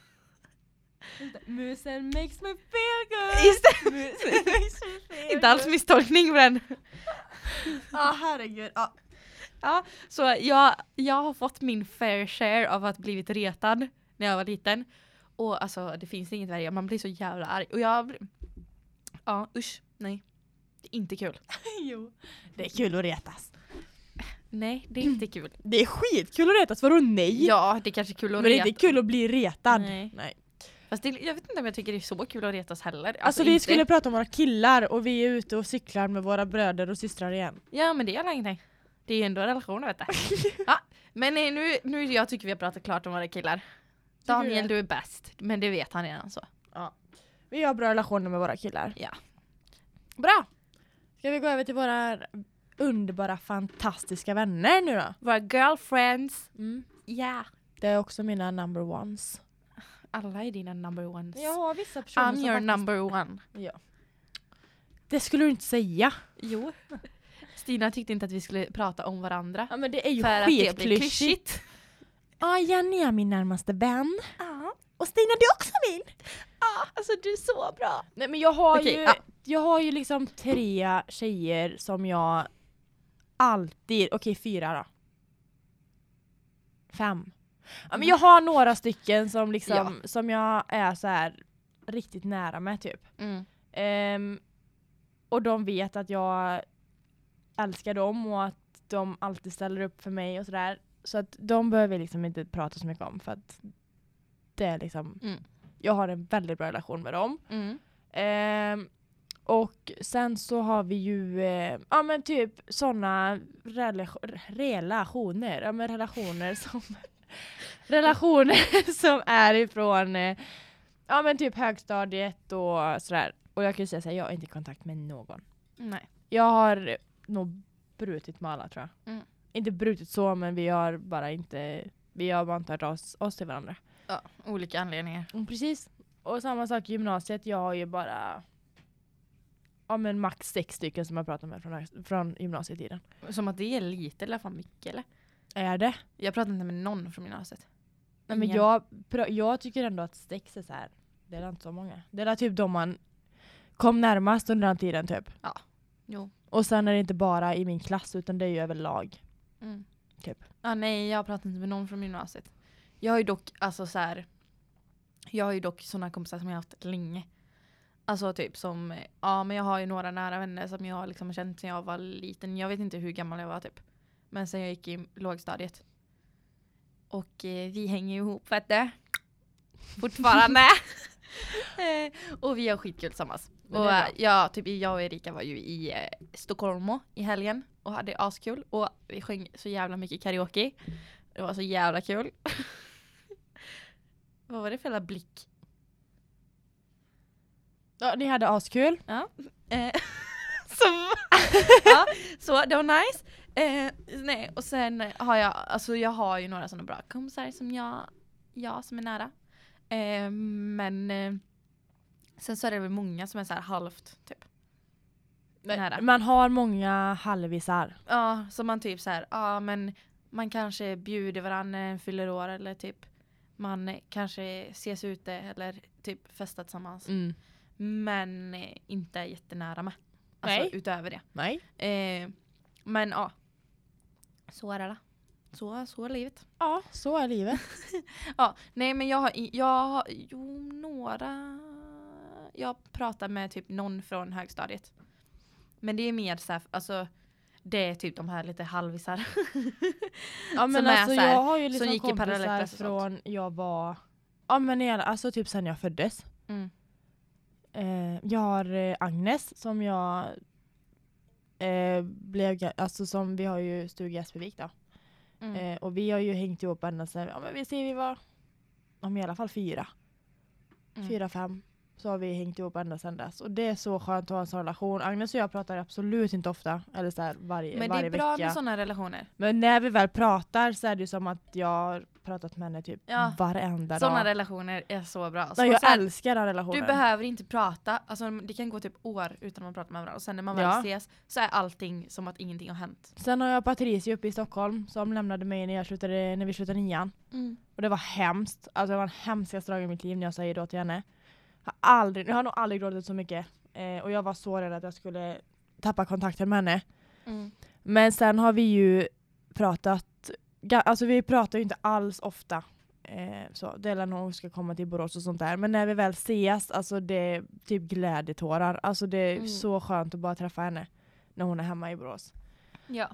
Musen makes me feel good. Musen makes me feel inte alls misstolkning på den. Herregud. Ja, så jag har fått min fair share av att blivit retad när jag var liten. Och alltså, det finns inget värre. Man blir så jävla arg. Och ja, usch, nej. Det är inte kul. Jo, det är kul att retas. Nej, det är inte kul. Det är skitkul att retas, vadå nej? Ja, det är kanske kul att men det är inte kul att bli retad. Nej. Fast jag vet inte om jag tycker det är så kul att retas heller. Alltså vi skulle prata om våra killar och vi är ute och cyklar med våra bröder och systrar igen. Ja, men det är ingenting. Det är ändå relationer, vet du. Ja, men nu jag tycker vi har pratat klart om våra killar. Daniel, du är bäst. Men det vet han redan så. Ja. Vi har bra relationer med våra killar. Ja. Bra! Ska vi gå över till våra underbara, fantastiska vänner nu då? Våra girlfriends. Ja. Det är också mina number ones. Alla är dina number ones. Jag har vissa personer I'm your number one. Ja. Det skulle du inte säga. Jo. Stina tyckte inte att vi skulle prata om varandra. Ja, men det är ju skitklyschigt. Ja, Jenny är min närmaste vän. Ja. Och Stina, du är också min. Ja, alltså du är så bra. Nej, men jag har ju liksom 3 tjejer som jag alltid... Okej, 4 då. 5. Ja, men jag har några stycken som liksom som jag är så här riktigt nära med typ. Och de vet att jag älskar dem och att de alltid ställer upp för mig och sådär. Så att de behöver liksom inte prata så mycket om för att det är liksom jag har en väldigt bra relation med dem. Och sen så har vi ju ja men typ såna relationer, ja men relationer som är ifrån ja men typ högstadiet och sådär. Och jag kan ju säga så här, jag har inte kontakt med någon. Nej. Jag har nog brutit med alla, tror jag. Inte brutit så, men vi har bara inte hört oss till varandra. Ja, olika anledningar. Precis. Och samma sak i gymnasiet, jag har ju bara men max 6 stycken som jag pratar med från gymnasietiden. Som att det är lite eller fan mycket, eller? Är det? Jag pratar inte med någon från gymnasiet. Nej, men jag tycker ändå att 6 är så här, det är inte så många. Det är typ de man kom närmast under den tiden typ. Ja, jo. Och sen är det inte bara i min klass utan det är ju överlag. Typ. Ja, nej, jag pratar inte med någon från gymnasiet. Jag har ju dock, alltså så här, jag har ju dock såna kompisar som jag har haft länge. Alltså typ som, ja men jag har ju några nära vänner som jag liksom har känt sen jag var liten. Jag vet inte hur gammal jag var typ. Men sen jag gick i lågstadiet. Och vi hänger ju ihop, vet du. Fortfarande. Och vi har skitkul tillsammans. Men Och det är bra. typ jag och Erika var ju i Stockholm i helgen och hade askul. Och vi sjöng så jävla mycket karaoke. Det var så jävla kul. Vad var det för jävla blick? Ja, ni hade askul. Ja. Ja, så det var nice. Nej, och sen har jag har ju några sådana bra kompisar som jag som är nära. Men sen så är det väl många som är så här halvt typ nära. Man har många halvisar. Ja, så man typ så här, men man kanske bjuder varandra, fyller år eller typ man kanske ses ute eller typ festar tillsammans. Men inte är jättenära med. Alltså Nej. utöver det. Nej. Men ja. Så är det. Så är livet. Ja, så är livet. Ja, nej men jag har några. Jag pratar med typ någon från högstadiet. Men det är mer så här, alltså det är typ de här lite halvisar. Ja, men som alltså är så här, jag har ju liksom som gick i kompisar parallellklass och från jag var, ja men alltså typ sen jag föddes. Jag har Agnes som jag alltså som vi har ju stuga i Espevik då. Och vi har ju hängt ihop ända sen, men vi var i alla fall 4, 5 så har vi hängt ihop ända sedan dess. Och det är så skönt att ha en sån relation. Agnes och jag pratar absolut inte ofta. Eller så här varje vecka. Men det är bra med sådana relationer. Men när vi väl pratar så är det ju som att jag har pratat med henne typ varenda dag. Sådana relationer är så bra. Så jag älskar den relationen. Du behöver inte prata. Alltså, det kan gå typ år utan att man pratar med varandra. Och sen när man väl ses så är allting som att ingenting har hänt. Sen har jag Patricia uppe i Stockholm som lämnade mig när vi slutade 9. Och det var hemskt. Alltså det var den hemskaste dagen i mitt liv när jag sa då till henne. Jag har nog aldrig gråtit så mycket. Och jag var så rädd att jag skulle tappa kontakten med henne. Men sen har vi ju pratat. Alltså vi pratar ju inte alls ofta. Så det är när hon ska komma till Borås och sånt där. Men när vi väl ses, alltså det är typ glädjetårar. Alltså det är så skönt att bara träffa henne när hon är hemma i Borås. Ja.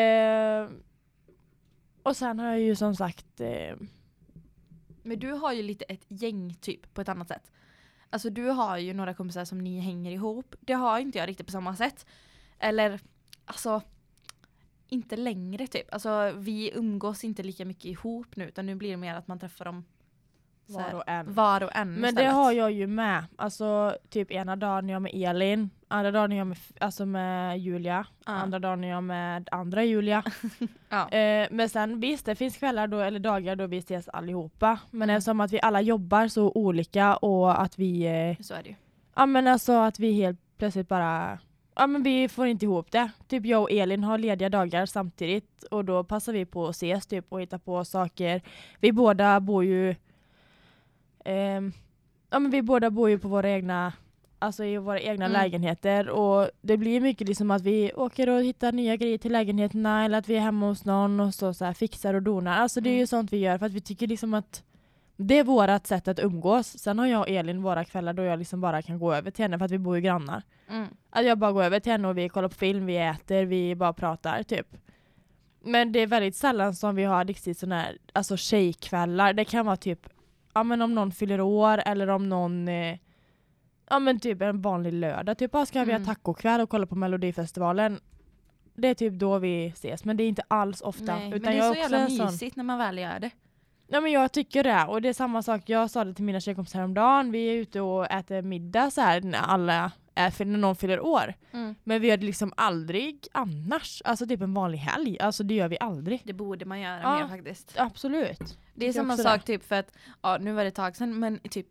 Och sen har jag ju som sagt. Men du har ju lite ett gäng typ på ett annat sätt. Alltså du har ju några kompisar som ni hänger ihop. Det har inte jag riktigt på samma sätt. Eller, alltså, inte längre typ. Alltså vi umgås inte lika mycket ihop nu. Utan nu blir det mer att man träffar dem var och en Men istället. det har jag ju med. Alltså typ ena dagen är jag med Elin. Andra dagen är jag med Julia. Andra dagen är jag med andra Julia. Men sen visst, det finns kvällar då, eller dagar då vi ses allihopa. Men eftersom att vi alla jobbar så olika och att vi så är det ju. Ja men alltså att vi helt plötsligt bara. Ja men vi får inte ihop det. Typ jag och Elin har lediga dagar samtidigt. Och då passar vi på att ses typ och hitta på saker. Vi båda bor ju på våra egna, alltså i våra egna lägenheter. Och det blir mycket liksom att vi åker och hittar nya grejer till lägenheterna. Eller att vi är hemma hos någon och så här fixar och donar. Alltså det är ju sånt vi gör för att vi tycker liksom att det är vårat sätt att umgås. Sen har jag och Elin våra kvällar då jag liksom bara kan gå över till henne för att vi bor ju grannar. Att jag bara går över till henne och vi kollar på film, vi äter, vi bara pratar typ. Men det är väldigt sällan som vi har riktigt såna här, alltså tjejkvällar. Det kan vara typ, ja men om någon fyller år eller om någon, ja men typ en vanlig lördag. Typ ska vi ha tacokväll och kolla på Melodifestivalen. Det är typ då vi ses, men det är inte alls ofta. Nej, utan men det är jag så jävla mysigt när man väl gör det. Ja men jag tycker det. Och det är samma sak, jag sa det till mina tjejkompisar häromdagen. Vi är ute och äter middag så här när någon fyller år. Men vi gör det liksom aldrig annars. Alltså typ en vanlig helg. Alltså det gör vi aldrig. Det borde man göra mer faktiskt. Absolut. Det är samma sak typ för att, nu var det ett tag sedan, men typ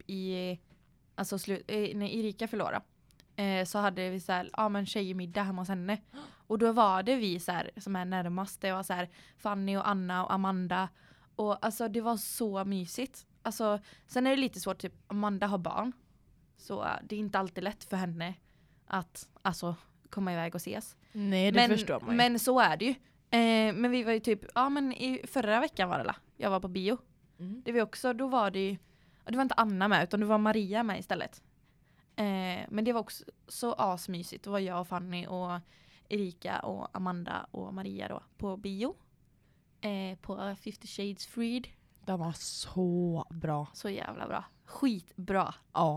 när Erika förlorade så hade vi så här, men tjejmiddag hemma hos henne. Och då var det vi så här, som är närmast. Det var så här Fanny och Anna och Amanda. Och alltså det var så mysigt. Alltså, sen är det lite svårt, typ Amanda har barn. Så det är inte alltid lätt för henne att komma iväg och ses. Nej, det förstår man ju. Men så är det ju. Men vi var ju typ, men i förra veckan var det jag var på bio. Det var också, då var det ju, det var inte Anna med utan det var Maria med istället. Men det var också så asmysigt. Det var jag och Fanny och Erika och Amanda och Maria då på bio. På 50 Shades Freed. Det var så bra. Så jävla bra. Skitbra. Ja.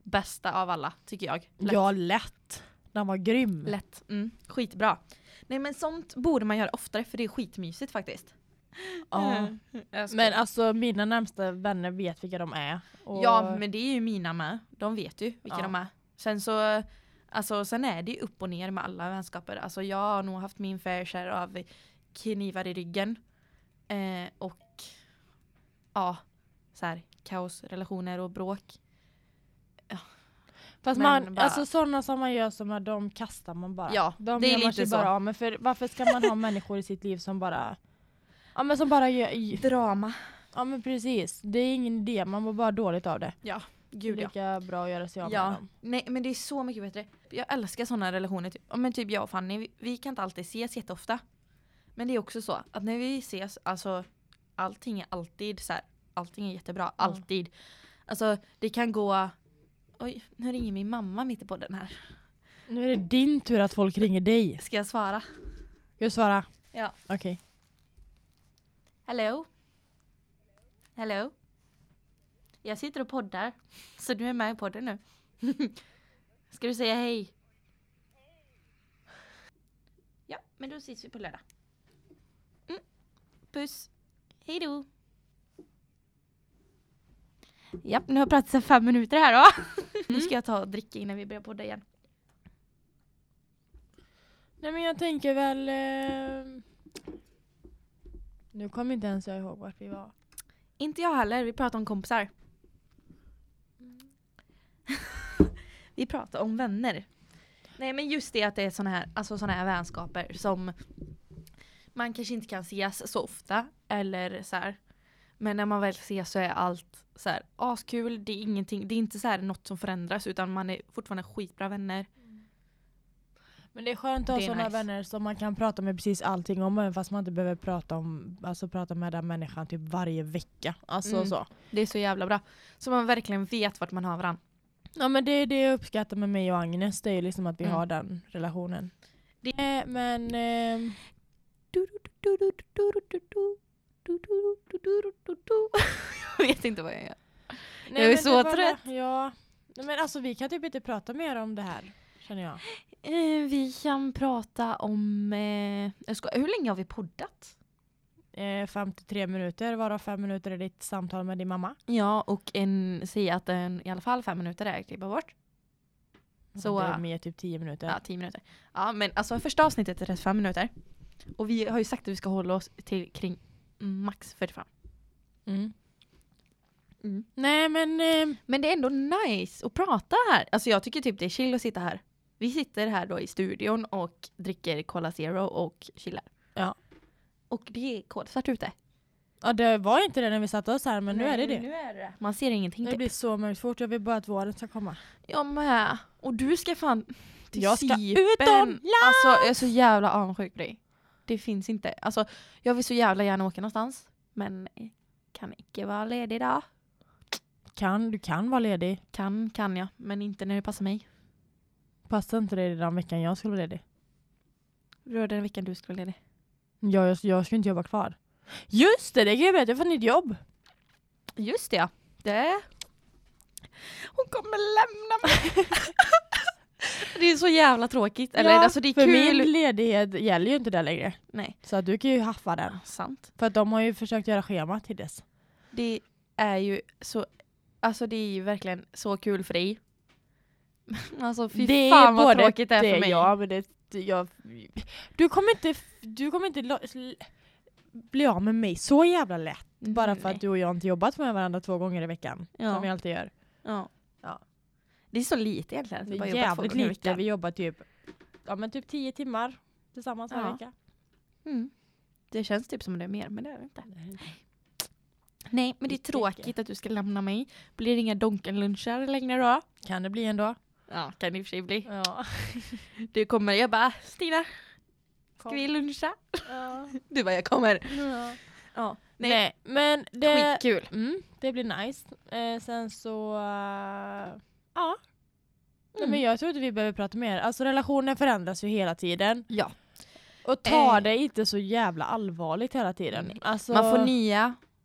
bästa av alla, tycker jag. Lätt. Ja, lätt. Den var grym. Lätt. Skitbra. Nej, men sånt borde man göra oftare, för det är skitmysigt faktiskt. Ja. Men alltså mina närmsta vänner vet vilka de är. Och... Ja, men det är ju mina med. De vet ju vilka de är. Sen så, alltså sen är det ju upp och ner med alla vänskaper. Alltså jag har nog haft min fair share av knivar i ryggen. Och ja, så här kaosrelationer och bråk. Ja. Fast man, bara... alltså sådana som man gör som att de kastar man bara. Ja, de det är lite så. Bara, men för, varför ska man ha människor i sitt liv som bara... Ja, men som bara gör... Drama. Ja, men precis. Det är ingen idé. Man mår bara dåligt av det. Ja, gud ja. Lika bra att göra sig av med dem. Nej, men det är så mycket bättre. Jag älskar sådana relationer. Men typ jag och Fanny, vi kan inte alltid ses jätteofta. Men det är också så att när vi ses, alltså allting är alltid så här, allting är jättebra, alltid. Alltså det kan gå... Oj, nu ringer min mamma mitt på den här. Nu är det din tur att folk ringer dig. Ska jag svara? Ska du svara? Ja. Okej. Okay. Hello? Hello? Jag sitter och poddar. Så du är med i podden nu. Ska du säga hej? Ja, men då ses vi på lördag. Puss. Hej då. Ja, nu har jag pratat så 5 minuter här då. Nu ska jag ta och dricka innan vi börjar podda igen. Nej, men jag tänker väl... Nu kommer inte ens jag ihåg vart vi var. Inte jag heller, vi pratar om kompisar. Vi pratar om vänner. Nej, men just det att det är såna här vänskaper som man kanske inte kan ses så ofta. Eller så här. Men när man väl ses så är allt så här askul. Det är ingenting, det är inte så här något som förändras, utan man är fortfarande skitbra vänner. Men det är skönt att ha sådana vänner som man kan prata med precis allting om, även fast man inte behöver prata med den människan typ varje vecka. Alltså så. Det är så jävla bra. Så man verkligen vet vart man har varandra. Ja, men det är det jag uppskattar med mig och Agnes. Det är liksom att vi har den relationen. Men... Jag vet inte vad jag gör. Nej, jag är så trött. Ja. Men alltså vi kan typ inte prata mer om det här, känner jag. Vi kan prata om... hur länge har vi poddat? 53 minuter, varav 5 minuter är ditt samtal med din mamma. Ja, och säga att i alla fall 5 minuter är klippa bort. Så det är mer typ 10 minuter. Ja, 10 minuter. Ja, men alltså första avsnittet är 5 minuter. Och vi har ju sagt att vi ska hålla oss till kring max 45. Nej, men det är ändå nice att prata här. Alltså jag tycker typ det är chill att sitta här. Vi sitter här då i studion och dricker Cola Zero och chillar. Ja. Och det är kolsvart ute. Ja, det var inte det när vi satt oss här, men nu är det det. Nu är det. Man ser ingenting. Det blir så mörkt fort. Jag vill bara att våren ska komma. Jag med. Och du ska fan till jag ska Cypern. utomlands! Alltså jag är så jävla avundsjuk på dig. Det finns inte. Alltså jag vill så jävla gärna åka någonstans. Men kan inte vara ledig idag. Du kan vara ledig. Kan jag. Men inte när det passar mig. Passar inte det den veckan jag skulle vara ledig? Rör den veckan du skulle vara ledig? Jag ska inte jobba kvar. Just det kan jag berätta. Jag får nytt jobb. Just det, ja. Hon kommer lämna mig. Det är så jävla tråkigt. Eller, alltså, det är för kul. Min ledighet gäller ju inte där längre. Nej. Så du kan ju haffa den. Sant. För att de har ju försökt göra schema till dess. Det är ju så... Alltså det är ju verkligen så kul för dig. Alltså fy det fan vad tråkigt det är för mig. Ja, men du kommer inte bli av med mig så jävla lätt. Bara för att du och jag inte jobbat med varandra 2 gånger i veckan. Ja. Som vi alltid gör. Ja. Det är så lite egentligen. Det är jävligt lite. Vi jobbar typ 10 timmar tillsammans varje vecka. Det känns typ som det är mer, men det är det inte. Nej, men det är tråkigt att du ska lämna mig. Blir det inga donkenluncher längre då? Kan det bli ändå? Ja, kan det i och för sig bli. Ja. Du kommer, jag bara, Stina, ska vi luncha? Ja. Du bara, jag kommer. Ja. Nej, men det... Skitkul. Det blir nice. Sen så... ja. Men jag tror inte vi behöver prata mer. Alltså relationen förändras ju hela tiden. Ja. Och ta det inte så jävla allvarligt hela tiden. Alltså... Man får nya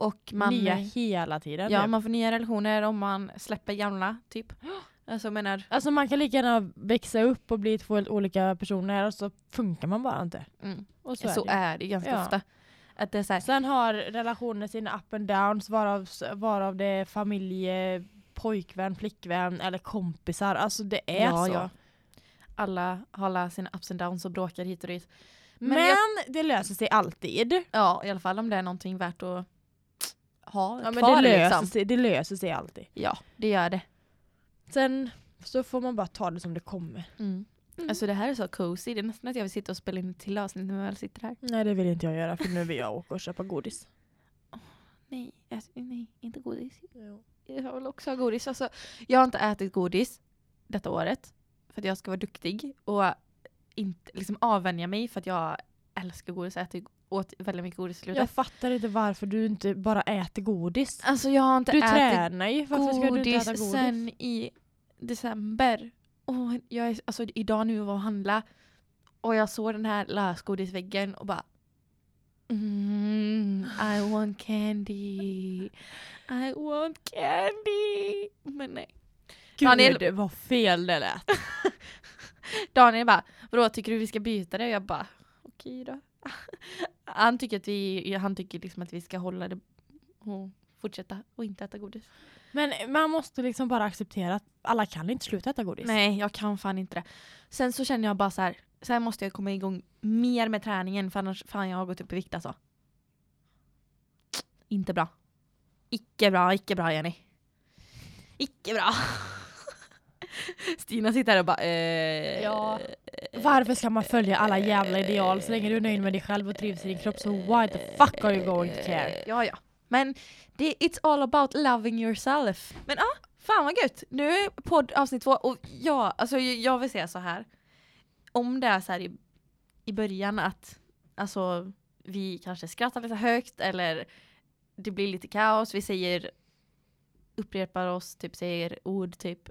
Och man, nya hela tiden. Ja, typ. man får nya relationer om man släpper gamla, typ. Alltså man kan lika gärna växa upp och bli 2 helt olika personer och så funkar man bara inte. Och så är det ganska ofta. Att det är så här. Sen har relationer sina up and downs varav det är familje, pojkvän, flickvän eller kompisar. Alltså det är så. Ja. Alla har sina ups and downs och bråkar hit och dit. Men det löser sig alltid. Ja, i alla fall om det är någonting värt att ha ja, kvar. Men det löser sig alltid. Ja, det gör det. Sen så får man bara ta det som det kommer. Alltså det här är så cozy. Det är nästan att jag vill sitta och spela in till avsnitt när vi väl sitter här. Nej, det vill inte jag göra för nu vill jag åka och köpa godis. Nej, inte godis. Jo. Jag vill också ha godis. Alltså, jag har inte ätit godis detta året för att jag ska vara duktig och inte liksom avvänja mig för att jag älskar godis. Jag åt väldigt mycket godis i slutet. Jag fattar inte varför du inte bara äter godis. Alltså jag har inte ätit tränar ju. Varför ska du inte äta godis? Sen i december. Och jag är alltså idag nu var och handla och jag såg den här lösgodisväggen och bara I want candy. I want candy. Men nej. Gud, Daniel, vad fel det lät. Daniel bara, vadå, tycker du vi ska byta det? Och jag bara, okej då. Han tycker liksom att vi ska hålla det och fortsätta och inte äta godis. Men man måste liksom bara acceptera att alla kan inte sluta äta godis. Nej, jag kan fan inte det. Sen så känner jag bara så här måste jag komma igång mer med träningen för annars fan jag har gått upp i vikt alltså. Inte bra. Icke bra Jenny. Icke bra. Stina sitter här och bara ja. Varför ska man följa alla jävla ideal så länge du är nöjd med dig själv och trivs i din kropp, så why the fuck are you going to care? Ja. Men it's all about loving yourself. Men fan vad gött. Nu är podd avsnitt 2 och jag vill säga så här. Om det är så här i början att alltså vi kanske skrattar lite högt eller det blir lite kaos, vi upprepar oss, typ säger ord typ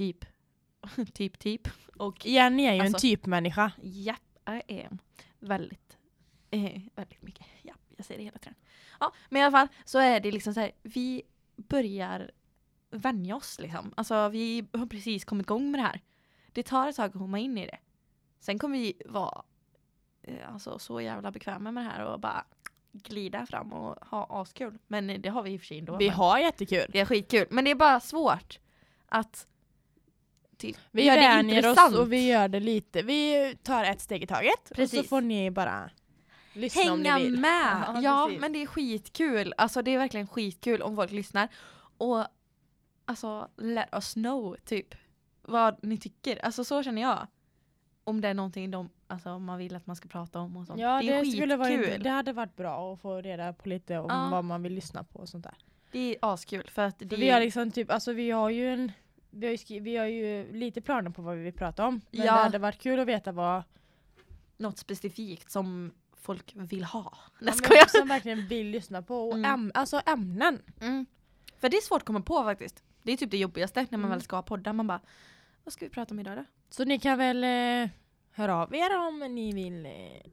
och Jenny är ju en typmänniska. Japp, I am. Väldigt mycket. Ja, jag säger det hela tiden. Ja, men i alla fall så är det liksom så här, vi börjar vänja oss liksom. Alltså vi har precis kommit igång med det här. Det tar ett tag att komma in i det. Sen kommer vi vara alltså så jävla bekväma med det här och bara glida fram och ha askul. Men det har vi i och för sig ändå. Vi har jättekul. Det är skitkul. Men det är bara svårt att vi gör det intressant. Och vi gör det lite. Vi tar ett steg i taget. Precis. Och så får ni bara lyssna hänga om ni vill. Med. Ja, men det är skitkul. Alltså det är verkligen skitkul om folk lyssnar. Och alltså let us know typ vad ni tycker. Alltså så känner jag. Om det är någonting man vill att man ska prata om och sånt. Ja, det är skitkul. Det hade varit bra att få reda på lite om vad man vill lyssna på och sånt där. Det är askul för att vi har liksom typ, alltså vi har ju lite planer på vad vi vill prata om. Men det hade varit kul att veta vad något specifikt som folk vill ha. Som verkligen vill lyssna på. Och alltså ämnen. För det är svårt att komma på faktiskt. Det är typ det jobbigaste när man väl ska podda. Man bara, vad ska vi prata om idag då? Så ni kan väl höra av er om ni vill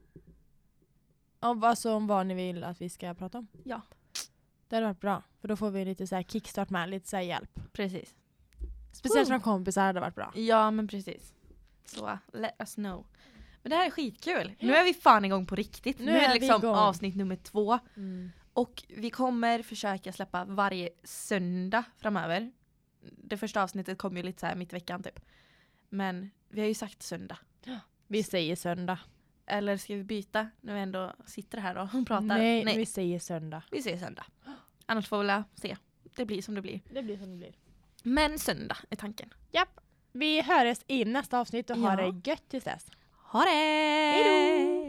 om vad ni vill att vi ska prata om. Ja. Det hade varit bra. För då får vi lite så här kickstart med, lite så här hjälp. Precis. Speciellt från kompisar hade varit bra. Ja, men precis. Så let us know. Men det här är skitkul. Nu är vi fan igång på riktigt. Nu är det liksom avsnitt nummer 2. Och vi kommer försöka släppa varje söndag framöver. Det första avsnittet kom ju lite så här mitt i veckan typ. Men vi har ju sagt söndag. Vi säger söndag. Eller ska vi byta när vi ändå sitter här och pratar? Nej, vi säger söndag. Vi säger söndag. Annars får vi väl se. Det blir som det blir. Det blir som det blir. Men söndag är tanken. Japp. Vi hörs i nästa avsnitt och ha det gött tills dess. Ha det! Hej då!